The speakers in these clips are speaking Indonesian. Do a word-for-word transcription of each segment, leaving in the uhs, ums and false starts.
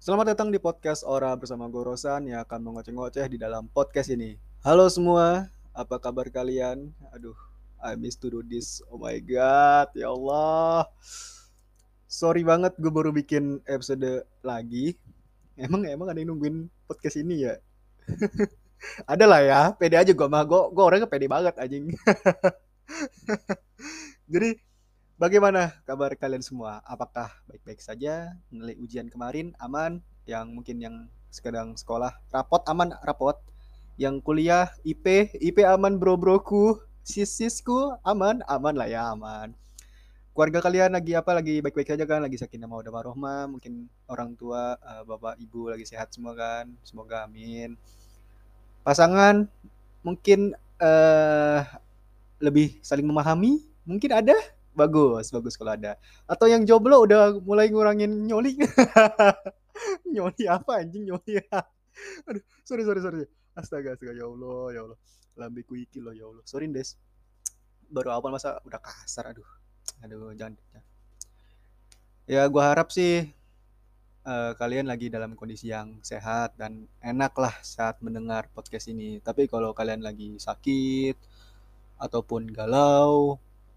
Selamat datang di podcast Ora bersama gue Rosan yang akan mengoceh-ngoceh di dalam podcast ini. Halo semua, apa kabar kalian? Aduh, I miss to do this. Oh my god, ya Allah. Sorry banget gue baru bikin episode lagi. Emang emang ada yang nungguin podcast ini ya? Ada lah ya, pede aja gue mah. Gue, gue orangnya pede banget anjing. Jadi bagaimana kabar kalian semua? Apakah baik-baik saja? Nilai ujian kemarin aman? Yang mungkin yang sedang sekolah rapot aman rapot? Yang kuliah I P I P aman bro-broku? Sis-sisku aman? Aman lah ya, aman. Keluarga kalian lagi apa? Lagi baik-baik saja kan? Lagi sakinah mawaddah warahmah? Mungkin orang tua, eh, bapak, ibu lagi sehat semua kan? Semoga amin. Pasangan mungkin eh lebih saling memahami? Mungkin ada? Bagus, bagus kalau ada. Atau yang jomblo udah mulai ngurangin nyoli. Nyoli apa anjing nyoli? Aduh, sorry sorry sorry. Astaga, astaga ya Allah, ya Allah. Lambeku iki loh ya Allah. Sorry, Des. Baru awal masa udah kasar, aduh. Aduh, jangan. jangan. Ya, gua harap sih eh, kalian lagi dalam kondisi yang sehat dan enak lah saat mendengar podcast ini. Tapi kalau kalian lagi sakit ataupun galau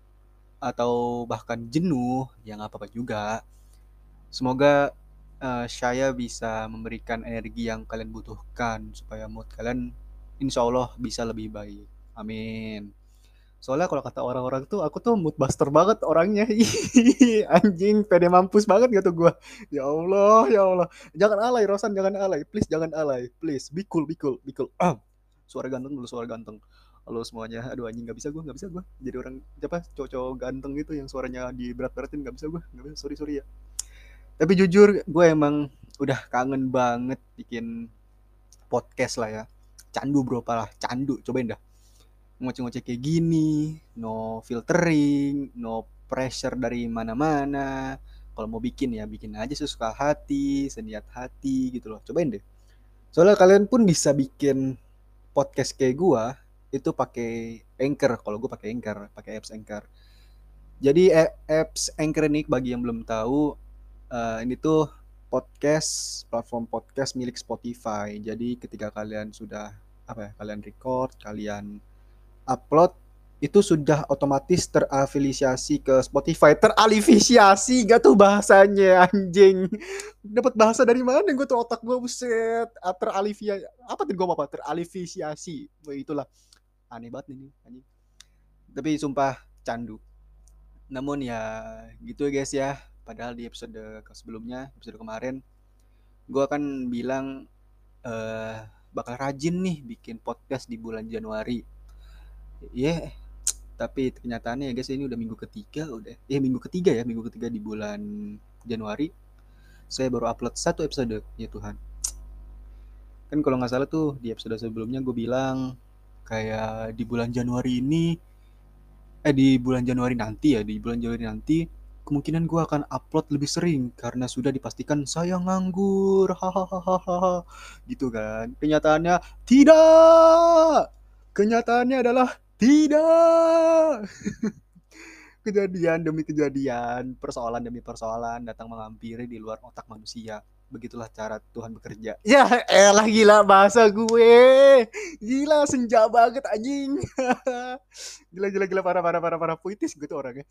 atau bahkan jenuh, ya nggak apa-apa juga. Semoga eh, saya bisa memberikan energi yang kalian butuhkan supaya mood kalian insya Allah bisa lebih baik. Amin. Soalnya kalau kata orang-orang tuh aku tuh mood buster banget orangnya. Anjing, pede mampus banget gitu gue. Ya Allah, ya Allah. Jangan alay, Rosan, jangan alay. Please jangan alay. Please, be cool, be cool, be cool. Ah, suara ganteng dulu, suara ganteng. Halo semuanya. Aduh anjing nggak bisa gue, nggak bisa gue. Jadi orang apa cowok-cowok ganteng gitu yang suaranya di berat-beratin nggak bisa gue. Nggak bisa, sorry sorry ya. Tapi jujur gue emang udah kangen banget bikin podcast lah ya. Candu bro, parah. Candu, cobain dah ngoceh-ngoceh kayak gini, no filtering, no pressure dari mana-mana. Kalau mau bikin ya bikin aja sesuka hati, seniat hati gitu loh. Cobain deh. Soalnya kalian pun bisa bikin podcast kayak gua itu pakai Anchor. Kalau gua pakai Anchor, pakai apps Anchor. Jadi apps Anchor ini bagi yang belum tahu, uh, ini tuh podcast, platform podcast milik Spotify. Jadi ketika kalian sudah apa ya, kalian record, kalian upload itu sudah otomatis terafiliasi ke Spotify. Terafiliasi gak tuh bahasanya anjing. Dapat bahasa dari mana gue tuh otak gue buset. Ah, terafiliasi apa tuh gue apa? Terafiliasi. Itulah aneh banget ini anjing. Tapi sumpah candu. Namun ya gitu ya guys ya. Padahal di episode sebelumnya, episode kemarin gue akan bilang eh bakal rajin nih bikin podcast di bulan Januari. Ya, yeah, tapi kenyataannya ya guys ini udah minggu ketiga udah eh minggu ketiga ya minggu ketiga di bulan Januari saya baru upload satu episode. Ya Tuhan, kan kalau nggak salah tuh di episode sebelumnya gue bilang kayak di bulan Januari ini eh di bulan Januari nanti ya di bulan Januari nanti kemungkinan gue akan upload lebih sering karena sudah dipastikan saya nganggur hahaha gitu kan. Kenyataannya tidak, kenyataannya adalah tidak. Kejadian demi kejadian, persoalan demi persoalan datang menghampiri di luar otak manusia. Begitulah cara Tuhan bekerja. Ya elah gila bahasa gue. Gila senja banget anjing. Gila gila gila parah parah parah parah puitis gitu orangnya.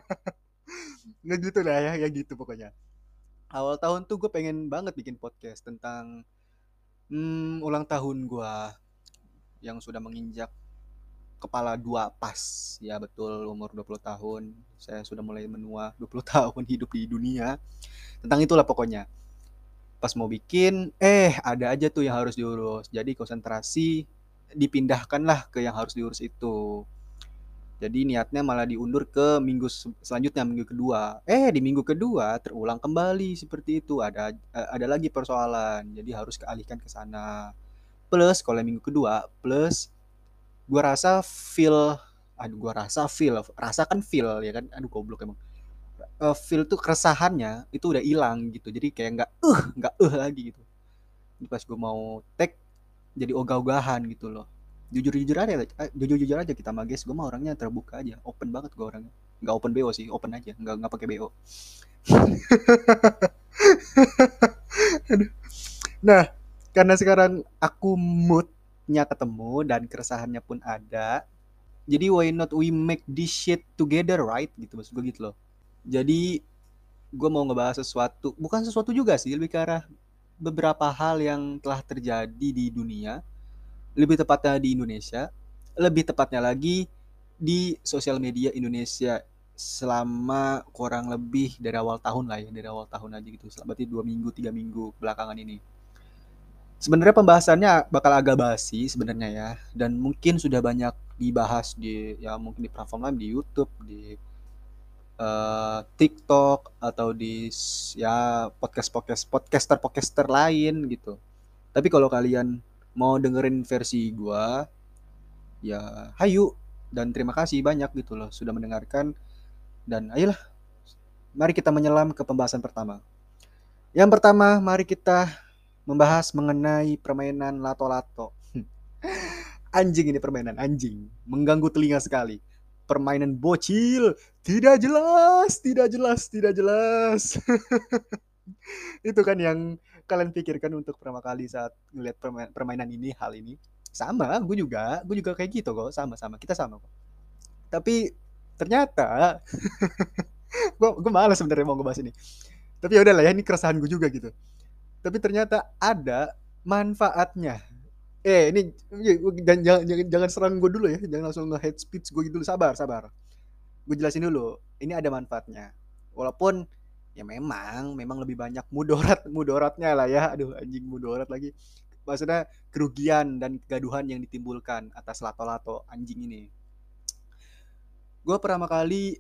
Nggak gitu lah ya, ya gitu pokoknya. Awal tahun tuh gue pengen banget bikin podcast tentang hmm, ulang tahun gue yang sudah menginjak kepala dua pas. Ya betul, umur dua puluh tahun. Saya sudah mulai menua dua puluh tahun hidup di dunia. Tentang itulah pokoknya. Pas mau bikin, eh ada aja tuh yang harus diurus. Jadi konsentrasi dipindahkanlah ke yang harus diurus itu. Jadi niatnya malah diundur ke minggu selanjutnya, minggu kedua. Eh di minggu kedua terulang kembali seperti itu. Ada ada lagi persoalan. Jadi harus kealihkan ke sana. Plus kalau minggu kedua, plus gua rasa feel aduh gua rasa feel rasa kan feel ya kan, aduh goblok emang. Uh, feel tuh keresahannya itu udah hilang gitu, jadi kayak nggak eh uh, nggak eh uh lagi gitu. Jadi pas gue mau tag jadi ogah-ogahan gitu loh. Jujur-jujur aja, jujur-jujur aja kita mah guys, gue mah orangnya terbuka aja, open banget gue orangnya. Nggak open B O sih, open aja, nggak nggak pakai B O. Aduh. Nah, karena sekarang aku moodnya ketemu dan keresahannya pun ada, jadi why not we make this shit together, right? Gitu maksud gue gitu loh. Jadi gue mau ngebahas sesuatu, bukan sesuatu juga sih, lebih ke arah beberapa hal yang telah terjadi di dunia, lebih tepatnya di Indonesia, lebih tepatnya lagi di sosial media Indonesia selama kurang lebih dari awal tahun lah ya, dari awal tahun aja gitu, berarti dua minggu tiga minggu belakangan ini. Sebenarnya pembahasannya bakal agak basi sebenarnya ya, dan mungkin sudah banyak dibahas di ya mungkin di platform lain, di YouTube, di eh, TikTok atau di ya podcast podcast podcaster podcaster lain gitu. Tapi kalau kalian mau dengerin versi gua, ya hayu, dan terima kasih banyak gitu loh sudah mendengarkan, dan ayolah mari kita menyelam ke pembahasan pertama. Yang pertama, mari kita membahas mengenai permainan lato-lato. Anjing, ini permainan anjing, mengganggu telinga sekali. Permainan bocil, tidak jelas, tidak jelas, tidak jelas. Itu kan yang kalian pikirkan untuk pertama kali saat ngeliat permainan ini, hal ini. Sama, gue juga, gue juga kayak gitu kok, sama-sama, kita sama kok. Tapi ternyata, gue gue malas sebenarnya mau ngebahas ini. Tapi ya udahlah ya, ini keresahan gue juga gitu. Tapi ternyata ada manfaatnya. Eh, ini jangan jangan jangan, jangan serang gue dulu ya, jangan langsung nge-hate speech gue gitu dulu. Sabar, sabar. Gue jelasin dulu. Ini ada manfaatnya. Walaupun ya memang memang lebih banyak mudarat mudaratnya lah ya. Aduh, anjing, mudarat lagi. Maksudnya kerugian dan kegaduhan yang ditimbulkan atas lato-lato anjing ini. Gue pertama kali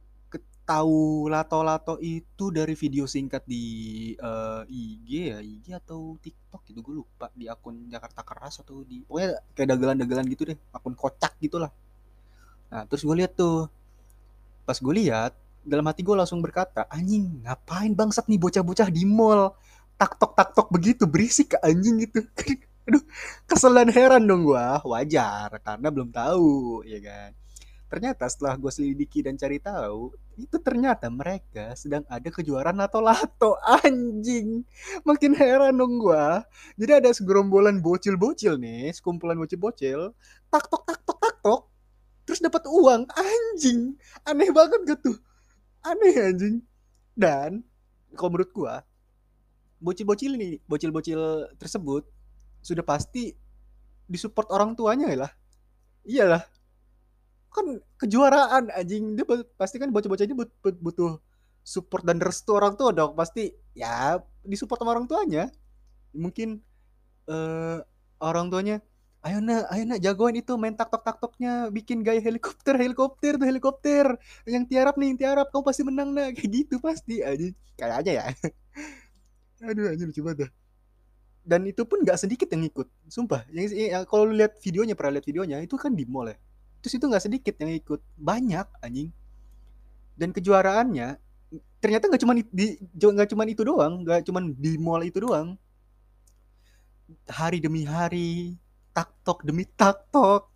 tahu lato-lato itu dari video singkat di eh, I G ya, I G atau TikTok gitu, gue lupa, di akun Jakarta Keras atau di pokoknya kayak dagelan-dagelan gitu deh, akun kocak gitulah. Nah, terus gue lihat tuh, pas gue lihat, dalam hati gue langsung berkata, anjing, ngapain bangsat nih bocah-bocah di mall taktok taktok begitu, berisik ke anjing gitu. Aduh, kesel dan heran dong gue. Wajar karena belum tahu ya kan. Ternyata setelah gue selidiki dan cari tahu, itu ternyata mereka sedang ada kejuaraan lato-lato, anjing. Makin heran dong gue. Jadi ada segerombolan bocil-bocil nih, sekumpulan bocil-bocil, tak tok tak tok tak tok, terus dapat uang, anjing. Aneh banget gak tuh? Aneh anjing. Dan kalau menurut gue, bocil-bocil ini, bocil-bocil tersebut sudah pasti disupport orang tuanya lah. Iyalah, kan kejuaraan anjing, dia pasti kan bocah-bocah ini but, but, butuh support dan restu orang tua dong, pasti ya disupport sama orang tuanya. Mungkin eh, orang tuanya, ayo nak ayo nak jagoan itu main taktok taktoknya, bikin gaya helikopter helikopter tuh helikopter yang tiarap nih, yang tiarap kamu pasti menang nak, kayak gitu pasti anjing, kayak aja ya. Aduh anjing, lucu banget dah. Dan itu pun nggak sedikit yang ikut, sumpah. Yang, yang kalau lu lihat videonya, pernah lihat videonya, itu kan di mall ya, terus itu nggak sedikit yang ikut, banyak anjing. Dan kejuaraannya ternyata nggak cuma di nggak cuma itu doang, nggak cuma di mall itu doang. Hari demi hari, taktok demi taktok,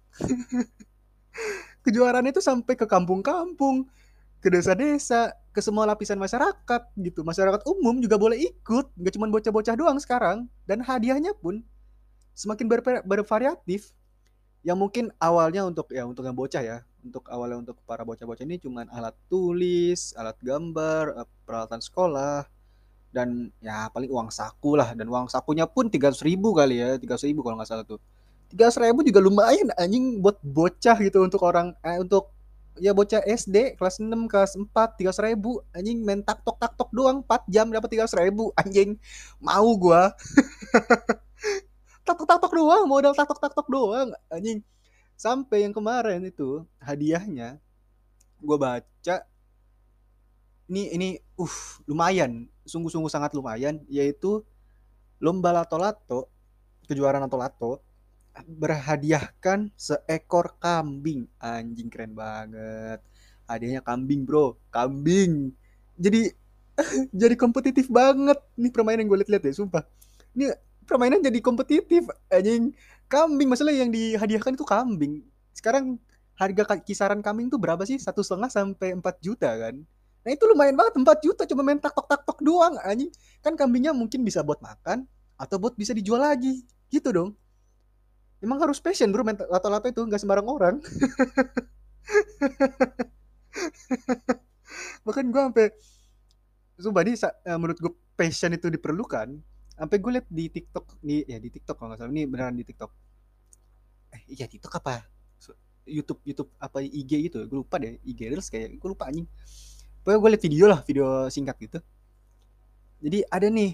kejuaraan itu sampai ke kampung-kampung, ke desa-desa, ke semua lapisan masyarakat gitu. Masyarakat umum juga boleh ikut, nggak cuma bocah-bocah doang sekarang. Dan hadiahnya pun semakin ber- bervariatif. Yang mungkin awalnya untuk ya untuk yang bocah ya, untuk awalnya untuk para bocah-bocah ini cuman alat tulis, alat gambar, eh, peralatan sekolah, dan ya paling uang saku lah, dan uang sakunya pun tiga ratus ribu kali ya, tiga ratus ribu kalau nggak salah tuh. Tiga ratus ribu juga lumayan anjing buat bocah gitu, untuk orang eh, untuk ya bocah S D kelas enam kelas empat, tiga ratus ribu anjing, main taktok taktok doang empat jam dapat tiga ratus ribu anjing, mau gua taktok taktok doang, modal taktok taktok doang anjing. Sampai yang kemarin itu hadiahnya gue baca, ini ini uh lumayan, sungguh-sungguh sangat lumayan, yaitu lomba lato-lato, kejuaraan lato-lato berhadiahkan seekor kambing, anjing, keren banget. Hadiahnya kambing bro, kambing. Jadi jadi kompetitif banget nih permainan, gue liat-liat ya sumpah, ini permainan jadi kompetitif anjing. Kambing, masalah yang dihadiahkan itu kambing. Sekarang harga kisaran kambing tuh berapa sih, satu setengah sampai empat juta kan. Nah itu lumayan banget empat juta cuma main tak-tok-tak-tok doang anjing. Kan kambingnya mungkin bisa buat makan atau buat bisa dijual lagi. Gitu dong. Emang harus passion bro main lato-lato itu nggak sembarang orang. Bahkan gue sampai sumpah nih eh, menurut gue passion itu diperlukan. Sampai gue liat di TikTok di ya di TikTok kalau nggak salah ini beneran di TikTok. Eh iya TikTok apa? So- YouTube YouTube apa I G gitu. Gue lupa deh I G Reels kayak gue lupa anjing. Pokoknya gue liat video lah video singkat gitu. Jadi ada nih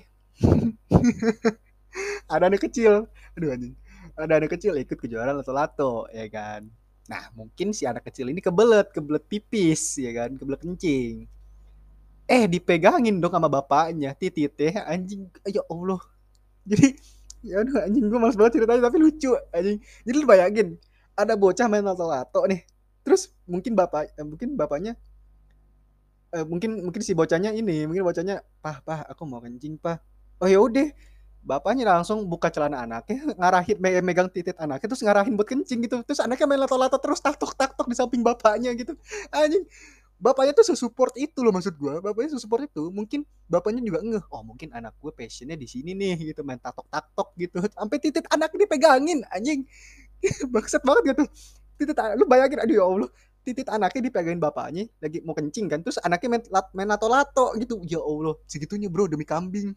ada anak kecil aduh anjing ada anak kecil ikut kejuaraan lato-lato ya kan. Nah mungkin si anak kecil ini kebelet kebelet pipis ya kan kebelet kencing eh dipegangin dong sama bapaknya titit ya anjing ya Allah. Jadi ya aduh anjing gue males banget ceritanya tapi lucu anjing. Jadi lu bayangin ada bocah main lato-lato nih terus mungkin bapak eh, mungkin bapaknya eh, mungkin mungkin si bocahnya ini mungkin bocahnya pah pah aku mau kencing pah oh ya udah bapaknya langsung buka celana anaknya ngarahin me- megang titik anaknya terus ngarahin buat kencing gitu terus anaknya main lato-lato terus taktok taktok di samping bapaknya gitu anjing. Bapaknya tuh sesupport itu loh maksud gue bapaknya sesupport itu mungkin bapaknya juga ngeh oh mungkin anak gue passionnya di sini nih gitu main taktok taktok gitu sampai titik anaknya dipegangin anjing. Bangsat banget gitu titit lu bayangin aduh ya Allah titit anaknya dipegangin bapaknya lagi mau kencing kan terus anaknya main, main lato-lato gitu ya Allah segitunya bro demi kambing.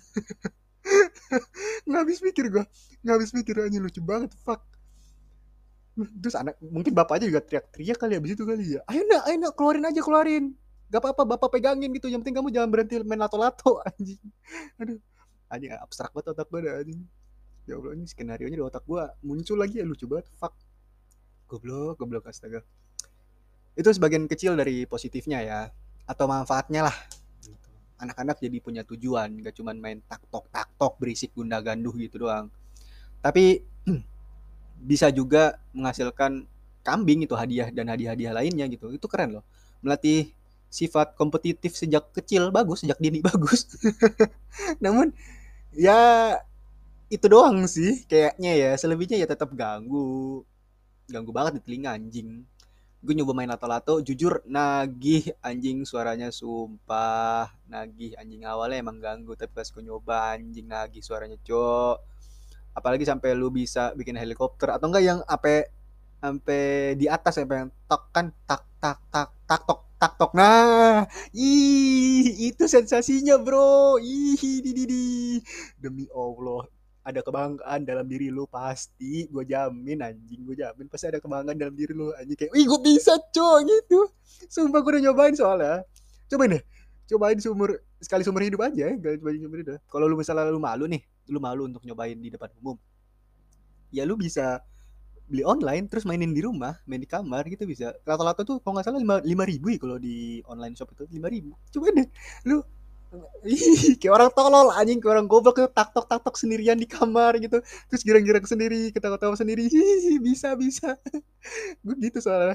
Nggak habis mikir gue nggak habis mikir aja lucu banget fuck. Terus anak mungkin bapaknya juga teriak-teriak kali habis itu kali ya ayo nak ayo nak keluarin aja keluarin gak apa-apa bapak pegangin gitu yang penting kamu jangan berhenti main lato-lato anjing. Aduh anjing abstrak banget otak gue dah anjing. Ya Allah ini skenario nya di otak gue muncul lagi ya lucu banget fuck. Goblok goblok astaga. Itu sebagian kecil dari positifnya ya atau manfaatnya lah. Anak-anak jadi punya tujuan gak cuman main tak-tok tak-tok berisik gunda ganduh gitu doang tapi bisa juga menghasilkan kambing itu hadiah dan hadiah-hadiah lainnya gitu itu keren loh melatih sifat kompetitif sejak kecil bagus sejak dini bagus. Namun ya itu doang sih kayaknya ya selebihnya ya tetap ganggu ganggu banget di telinga anjing. Gue nyoba main lato-lato jujur nagih anjing suaranya sumpah nagih anjing awalnya emang ganggu tapi pas gue nyoba anjing nagih suaranya cok apalagi sampai lu bisa bikin helikopter atau enggak yang apa sampai di atas sampai yang tok kan tak tak tak tak tok tak tok nah ih itu sensasinya bro ih di di di demi Allah ada kebanggaan dalam diri lu pasti gue jamin anjing gue jamin pasti ada kebanggaan dalam diri lu anjing kayak wih gue bisa cok gitu sumpah gue udah nyobain soalnya cobain deh cobain seumur sekali seumur hidup aja ya gak cobain seumur hidup kalau lu misalnya lu malu nih lu malu untuk nyobain di depan umum ya lu bisa beli online terus mainin di rumah main di kamar gitu bisa rata-rata tuh kalau nggak salah lima lima ribu ya kalau di online shop itu lima ribu coba deh lu ih, kayak orang tolol anjing kayak orang goblok tuh tak tok tak tok sendirian di kamar gitu terus girang-girang sendiri ketawa-tawa sendiri hihi, bisa bisa gue gitu soalnya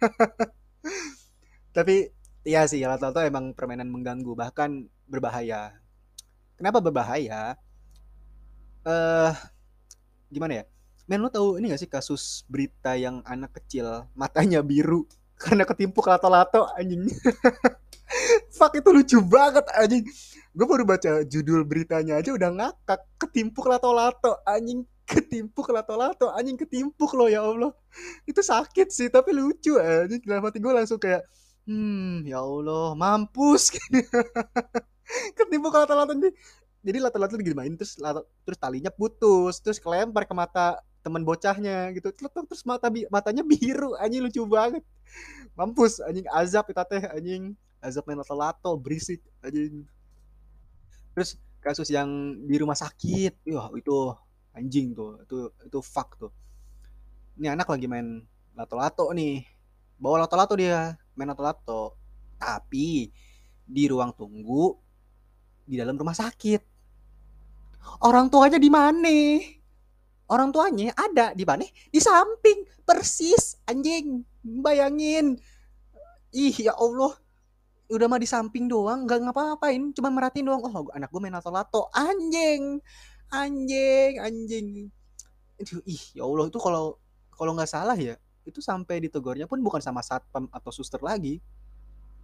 tapi ya sih rata-rata emang permainan mengganggu bahkan berbahaya kenapa berbahaya eh gimana ya men lo tahu ini gak sih kasus berita yang anak kecil matanya biru karena ketimpuk lato-lato anjing. Fuck itu lucu banget anjing. Gue baru baca judul beritanya aja udah ngakak ketimpuk lato-lato anjing ketimpuk lato-lato anjing ketimpuk loh ya Allah. Itu sakit sih tapi lucu anjing dalam hati gue langsung kayak hmm ya Allah mampus. Ketimpuk lato-lato nih. Jadi lato-lato dimain terus lato, terus talinya putus terus kelempar ke mata teman bocahnya gitu terus mata bi- matanya biru anjing lucu banget mampus anjing azab itu teh anjing azab main lato-lato berisik anjing. Terus kasus yang di rumah sakit wah itu anjing tuh itu itu fuck tuh ini anak lagi main lato-lato nih bawa lato-lato dia main lato-lato tapi di ruang tunggu di dalam rumah sakit orang tuanya di mana orang tuanya ada di mana di samping persis anjing bayangin ih ya Allah udah mah di samping doang nggak ngapa-ngapain cuma merhatiin doang oh anak gue main lato-lato anjing anjing anjing Aduh, ih ya Allah itu kalau kalau nggak salah ya itu sampai ditegurnya pun bukan sama satpam atau suster lagi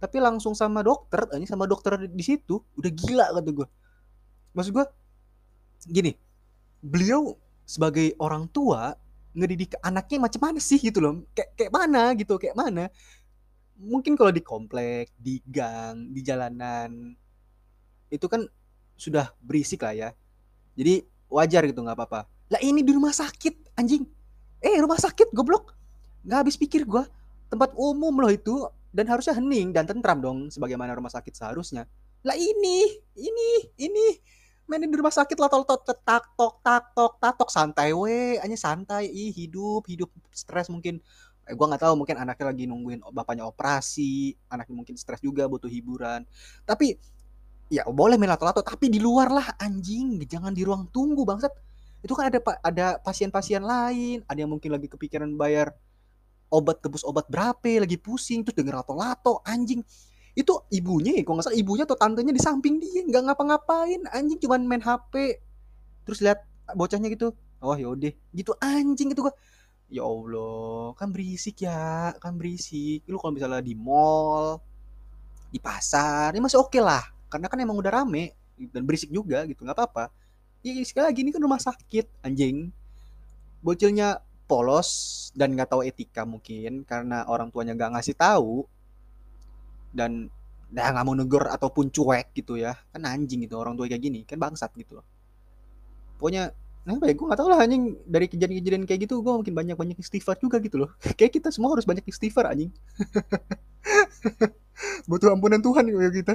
tapi langsung sama dokter, ini sama dokter di situ, udah gila kata gue. Maksud gue gini, beliau sebagai orang tua ngedidik anaknya macam mana sih gitu loh, kayak kayak mana gitu, kayak mana. Mungkin kalau di komplek, di gang, di jalanan itu kan sudah berisik lah ya, jadi wajar gitu, nggak apa-apa. Lah ini di rumah sakit anjing, eh rumah sakit goblok, nggak habis pikir gue, tempat umum loh itu, dan harusnya hening dan tentram dong sebagaimana rumah sakit seharusnya. Lah ini ini ini main di rumah sakit lah, tok tok tak tok tak tok tak tok, santai we hanya santai. Ih, hidup hidup stres mungkin, eh, gue nggak tahu, mungkin anaknya lagi nungguin bapaknya operasi, anaknya mungkin stres juga butuh hiburan. Tapi ya boleh main lato-lato, tapi di luar lah anjing, jangan di ruang tunggu bangsat. Itu kan ada ada pasien-pasien lain, ada yang mungkin lagi kepikiran bayar obat, tebus obat berapa, lagi pusing, terus denger lato-lato anjing. Itu ibunya ya, kalau nggak salah ibunya atau tantenya di samping dia nggak ngapa-ngapain anjing, cuman main H P, terus lihat bocahnya gitu, oh yaudah gitu anjing. Itu gua, ya Allah, kan berisik ya, kan berisik. Lu kalau misalnya di mall, di pasar, ini masih oke okay lah, karena kan emang udah rame dan berisik juga gitu, nggak apa-apa. Ya sekali lagi ini kan rumah sakit anjing, bocilnya polos dan nggak tahu etika mungkin karena orang tuanya nggak ngasih tahu, dan nah nggak mau negur ataupun cuek gitu ya, kan anjing gitu orang tua kayak gini, kan bangsat gitu loh. Pokoknya nah apa ya, gue nggak tahu lah anjing, dari kejadian-kejadian kayak gitu gue mungkin banyak-banyak istighfar juga gitu loh. Kayak kita semua harus banyak istighfar anjing, butuh ampunan Tuhan kayak kita.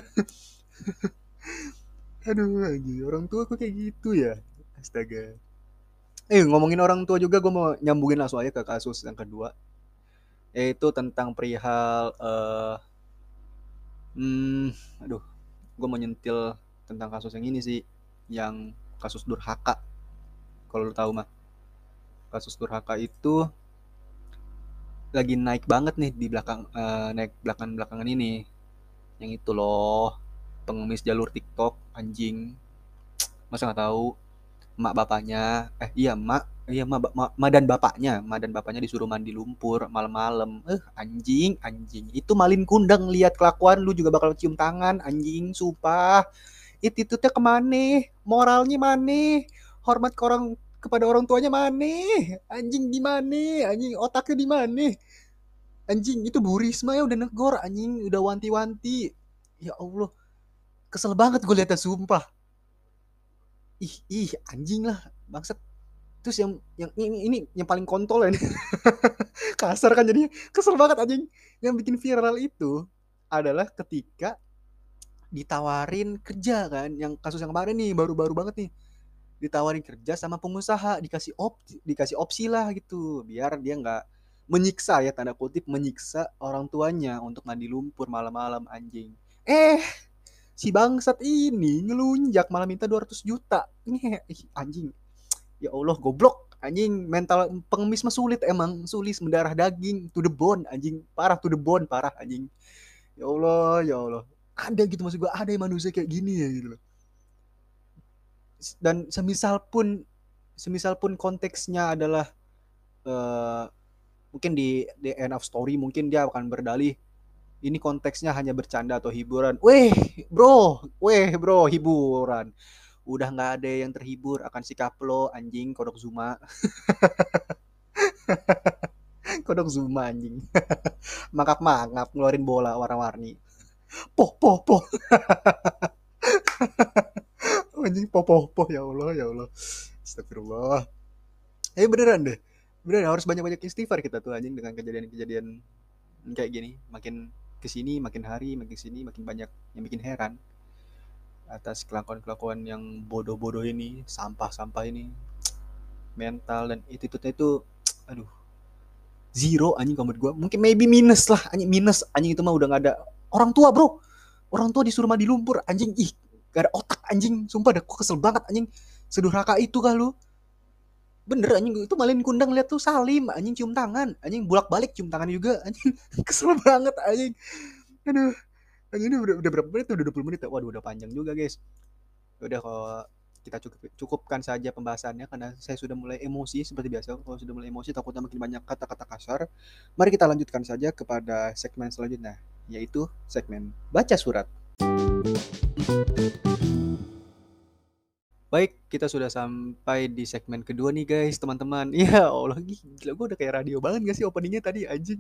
Aduh anjing, orang tua kok kayak gitu ya, astaga. Eh ngomongin orang tua juga, gue mau nyambungin langsung aja ke kasus yang kedua, yaitu tentang perihal eh hmm, aduh, gue mau nyentil tentang kasus yang ini sih, yang kasus durhaka. Kalau lu tahu mah, kasus durhaka itu lagi naik banget nih di belakang, eh, naik belakang belakangan ini. Yang itu loh, pengemis jalur TikTok anjing, masa nggak tahu. Mak bapaknya, eh iya mak, iya mak, mak, mak dan bapaknya, mak dan bapaknya disuruh mandi lumpur malam-malam. Eh anjing, anjing itu malin kundang, lihat kelakuan lu juga bakal cium tangan anjing, sumpah. Attitude-nya kemana, moralnya mana, hormat ke orang, kepada orang tuanya mana, anjing di mana, anjing otaknya di mana, anjing. Itu Bu Risma ya udah negor anjing, udah wanti-wanti. Ya Allah, kesel banget gue liatnya sumpah. Ih ih anjing lah bangsat. Terus yang yang ini ini yang paling kontol ya ini. Kasar kan jadi, kesel banget anjing. Yang bikin viral itu adalah ketika ditawarin kerja kan, yang kasus yang kemarin nih, baru-baru banget nih, ditawarin kerja sama pengusaha, dikasih opsi, dikasih opsi lah gitu, biar dia nggak menyiksa ya, tanda kutip menyiksa orang tuanya untuk mandi lumpur malam-malam anjing. Eh si bangsat ini ngelunjak malah minta dua ratus juta. Ini anjing, ya Allah goblok anjing, mental pengemis mah sulit, emang sulit mendarah daging to the bone anjing, parah to the bone, parah anjing. Ya Allah, ya Allah, ada gitu maksud gue, ada yang manusia kayak gini ya gitu loh. Dan semisal pun, semisal pun konteksnya adalah eh, mungkin di the end of story mungkin dia akan berdalih ini konteksnya hanya bercanda atau hiburan. Weh bro, weh bro, hiburan. Udah nggak ada yang terhibur akan sikap lo anjing, kodok Zuma. Kodok Zuma anjing. Mangap-mangap ngeluarin bola warna-warni. Poh poh poh. Anjing poh poh poh, ya Allah ya Allah. Astagfirullah. Eh beneran deh. Beneran harus banyak-banyak istighfar kita tuh anjing dengan kejadian-kejadian kayak gini. Makin kesini makin hari, makin sini makin banyak yang bikin heran atas kelakuan-kelakuan yang bodoh-bodoh ini, sampah-sampah ini. Mental dan attitude-nya itu aduh, zero anjing kalau menurut gue. Mungkin maybe minus lah, anjing minus anjing. Itu mah udah nggak ada orang tua bro, orang tua disuruh mandi lumpur anjing. Ih gak ada otak anjing, sumpah dah, kok kesel banget anjing. Sedurhaka itu kah lu? Bener anjing, itu malin kundang lihat tuh Salim anjing cium tangan anjing, bolak balik cium tangan juga anjing. Kesel banget anjing. Aduh anjing, ini udah, udah berapa menit, udah dua puluh menit ya? Waduh udah panjang juga guys. Udah, kalau kita cukup, cukupkan saja pembahasannya karena saya sudah mulai emosi seperti biasa. Kalau sudah mulai emosi takutnya makin banyak kata-kata kasar. Mari kita lanjutkan saja kepada segmen selanjutnya. yaitu segmen Baca Surat. Baik, kita sudah sampai di segmen kedua nih guys, teman-teman. Ya Allah, gila gue udah kayak radio banget gak sih openingnya tadi, anjing.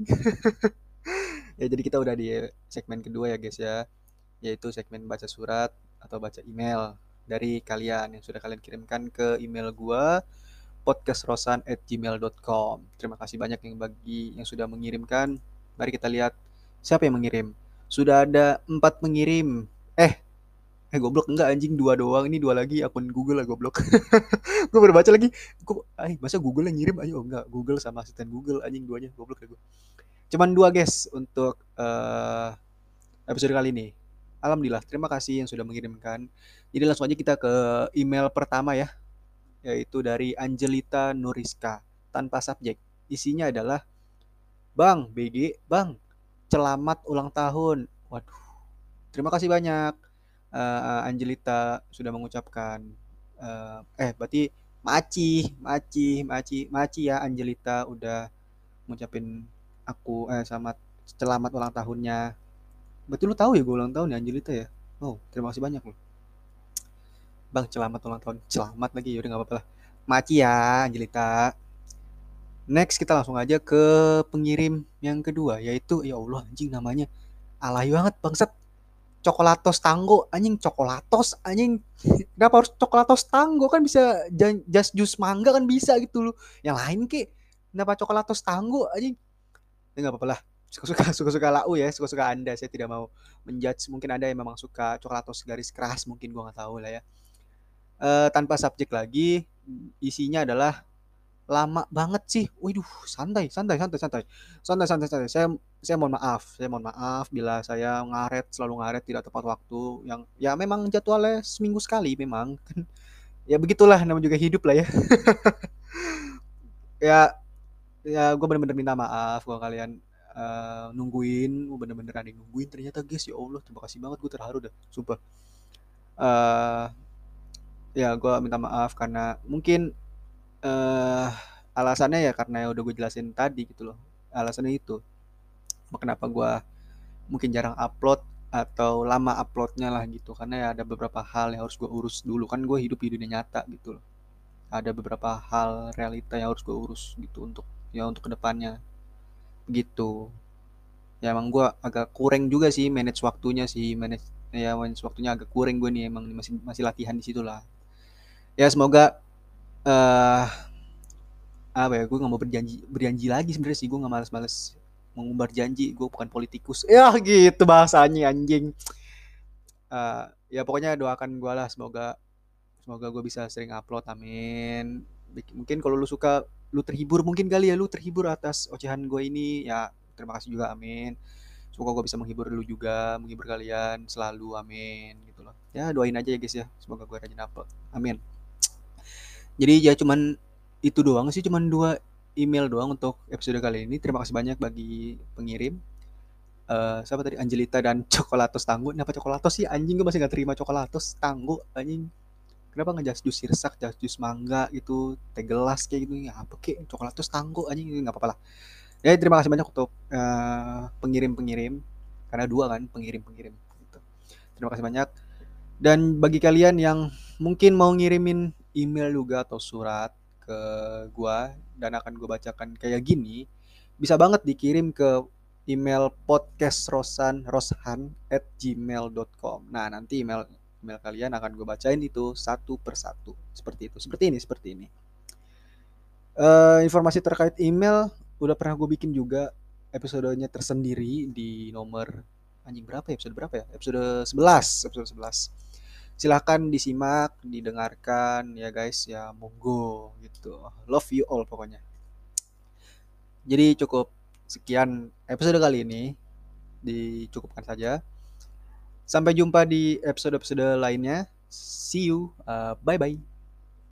Ya jadi kita udah di segmen kedua ya guys ya, yaitu segmen baca surat atau baca email dari kalian yang sudah kalian kirimkan ke email gua podcastrosan at gmail dot com. Terima kasih banyak yang bagi yang sudah mengirimkan. Mari kita lihat siapa yang mengirim. Sudah ada empat pengirim. Eh, eh goblok enggak anjing, dua doang. Ini dua lagi akun Google lah goblok. Gue baru baca lagi. Gue, ay, masa Google yang ngirim? Ayo enggak, Google sama asisten Google anjing duanya goblok ya gue. Cuman dua guys untuk eh, episode kali ini. Alhamdulillah, terima kasih yang sudah mengirimkan. Jadi langsung aja kita ke email pertama ya, yaitu dari Angelita Nuriska tanpa subjek. Isinya adalah, Bang, B G, Bang, selamat ulang tahun. Waduh, terima kasih banyak eh, Angelita sudah mengucapkan. Eh, eh berarti Maci, Maci, Maci, Maci ya Angelita udah ngucapin aku eh selamat selamat ulang tahunnya. Betul lu tahu ya gue ulang tahun ya Angelita ya. Oh, terima kasih banyak loh. Bang, selamat ulang tahun. Selamat lagi, yaudah gak apa-apa lah. Maci ya, Angelita. Next, kita langsung aja ke pengirim yang kedua, yaitu, ya Allah, anjing namanya. Alay banget, bangsat. Coklatos Tango, anjing, Coklatos, anjing. Kenapa harus Coklatos Tango? Kan bisa just jus mangga kan bisa gitu loh. Yang lain ke, kenapa Coklatos Tango, anjing. Ya gak apa-apa lah. Suka-suka, suka-suka lau ya, suka-suka Anda. Saya tidak mau menjudge. Mungkin Anda yang memang suka Coklatos garis keras, mungkin gue gak tahu lah ya. Uh, tanpa subjek lagi, isinya adalah lama banget sih. Waduh, santai, santai, santai, santai, santai, santai, santai. Saya, saya mohon maaf, saya mohon maaf bila saya ngaret, selalu ngaret tidak tepat waktu. Yang ya memang jadwalnya seminggu sekali memang. Ya begitulah, namanya juga hidup lah ya. ya, ya gue bener-bener minta maaf kalau kalian uh, nungguin, gue bener-bener ada yang nungguin. Ternyata guys, ya Allah, terima kasih banget, gue terharu dah, sumpah. Uh, ya gue minta maaf karena mungkin uh, alasannya ya karena yang udah gue jelasin tadi gitu loh, alasannya itu kenapa gue mungkin jarang upload atau lama uploadnya lah gitu, karena ya ada beberapa hal yang harus gue urus dulu, kan gue hidup di dunia nyata gitu loh, ada beberapa hal realita yang harus gue urus gitu untuk ya untuk kedepannya gitu. Ya emang gue agak kurang juga sih manage waktunya sih, manage ya manage waktunya agak kurang gue nih, emang masih masih latihan di situ lah. Ya semoga uh, apa ya, gue nggak mau berjanji berjanji lagi sebenarnya sih, gue nggak males-males mengumbar janji, gue bukan politikus ya gitu bahasanya anjing. Uh, ya pokoknya doakan gue lah, semoga semoga gue bisa sering upload, amin. Mungkin kalau lu suka, lu terhibur mungkin kali ya, lu terhibur atas ocehan gue ini ya, terima kasih juga, amin. Semoga gue bisa menghibur lu juga, menghibur kalian selalu, amin gitu loh. Ya doain aja ya guys ya, semoga gue rajin upload, amin. Jadi ya cuman itu doang sih, cuman dua email doang untuk episode kali ini. Terima kasih banyak bagi pengirim. Uh, siapa tadi? Angelita dan Coklatos Tangguh. Kenapa Coklatos sih? Anjing, gue masih gak terima Coklatos Tangguh. Anjing. Kenapa nggak jas jus sirsak, jas jus mangga gitu, teh gelas kayak gitu? Ya apa kek? Coklatos Tangguh anjing, nggak apa-apa lah. Ya terima kasih banyak untuk uh, pengirim-pengirim. Karena dua kan pengirim-pengirim. Gitu. Terima kasih banyak. Dan bagi kalian yang mungkin mau ngirimin email juga atau surat ke gua dan akan gue bacakan kayak gini, bisa banget dikirim ke email podcastrosan roshan at gmail dot com. Nah nanti email email kalian akan gue bacain itu satu persatu, seperti itu, seperti ini, seperti ini. Uh, informasi terkait email udah pernah gue bikin juga episodenya tersendiri di nomor anjing berapa ya, episode berapa ya, episode sebelas, episode sebelas. Silahkan disimak, didengarkan ya guys ya, monggo gitu. Love you all pokoknya. Jadi cukup sekian episode kali ini, dicukupkan saja. Sampai jumpa di episode-episode lainnya. See you, uh, bye bye.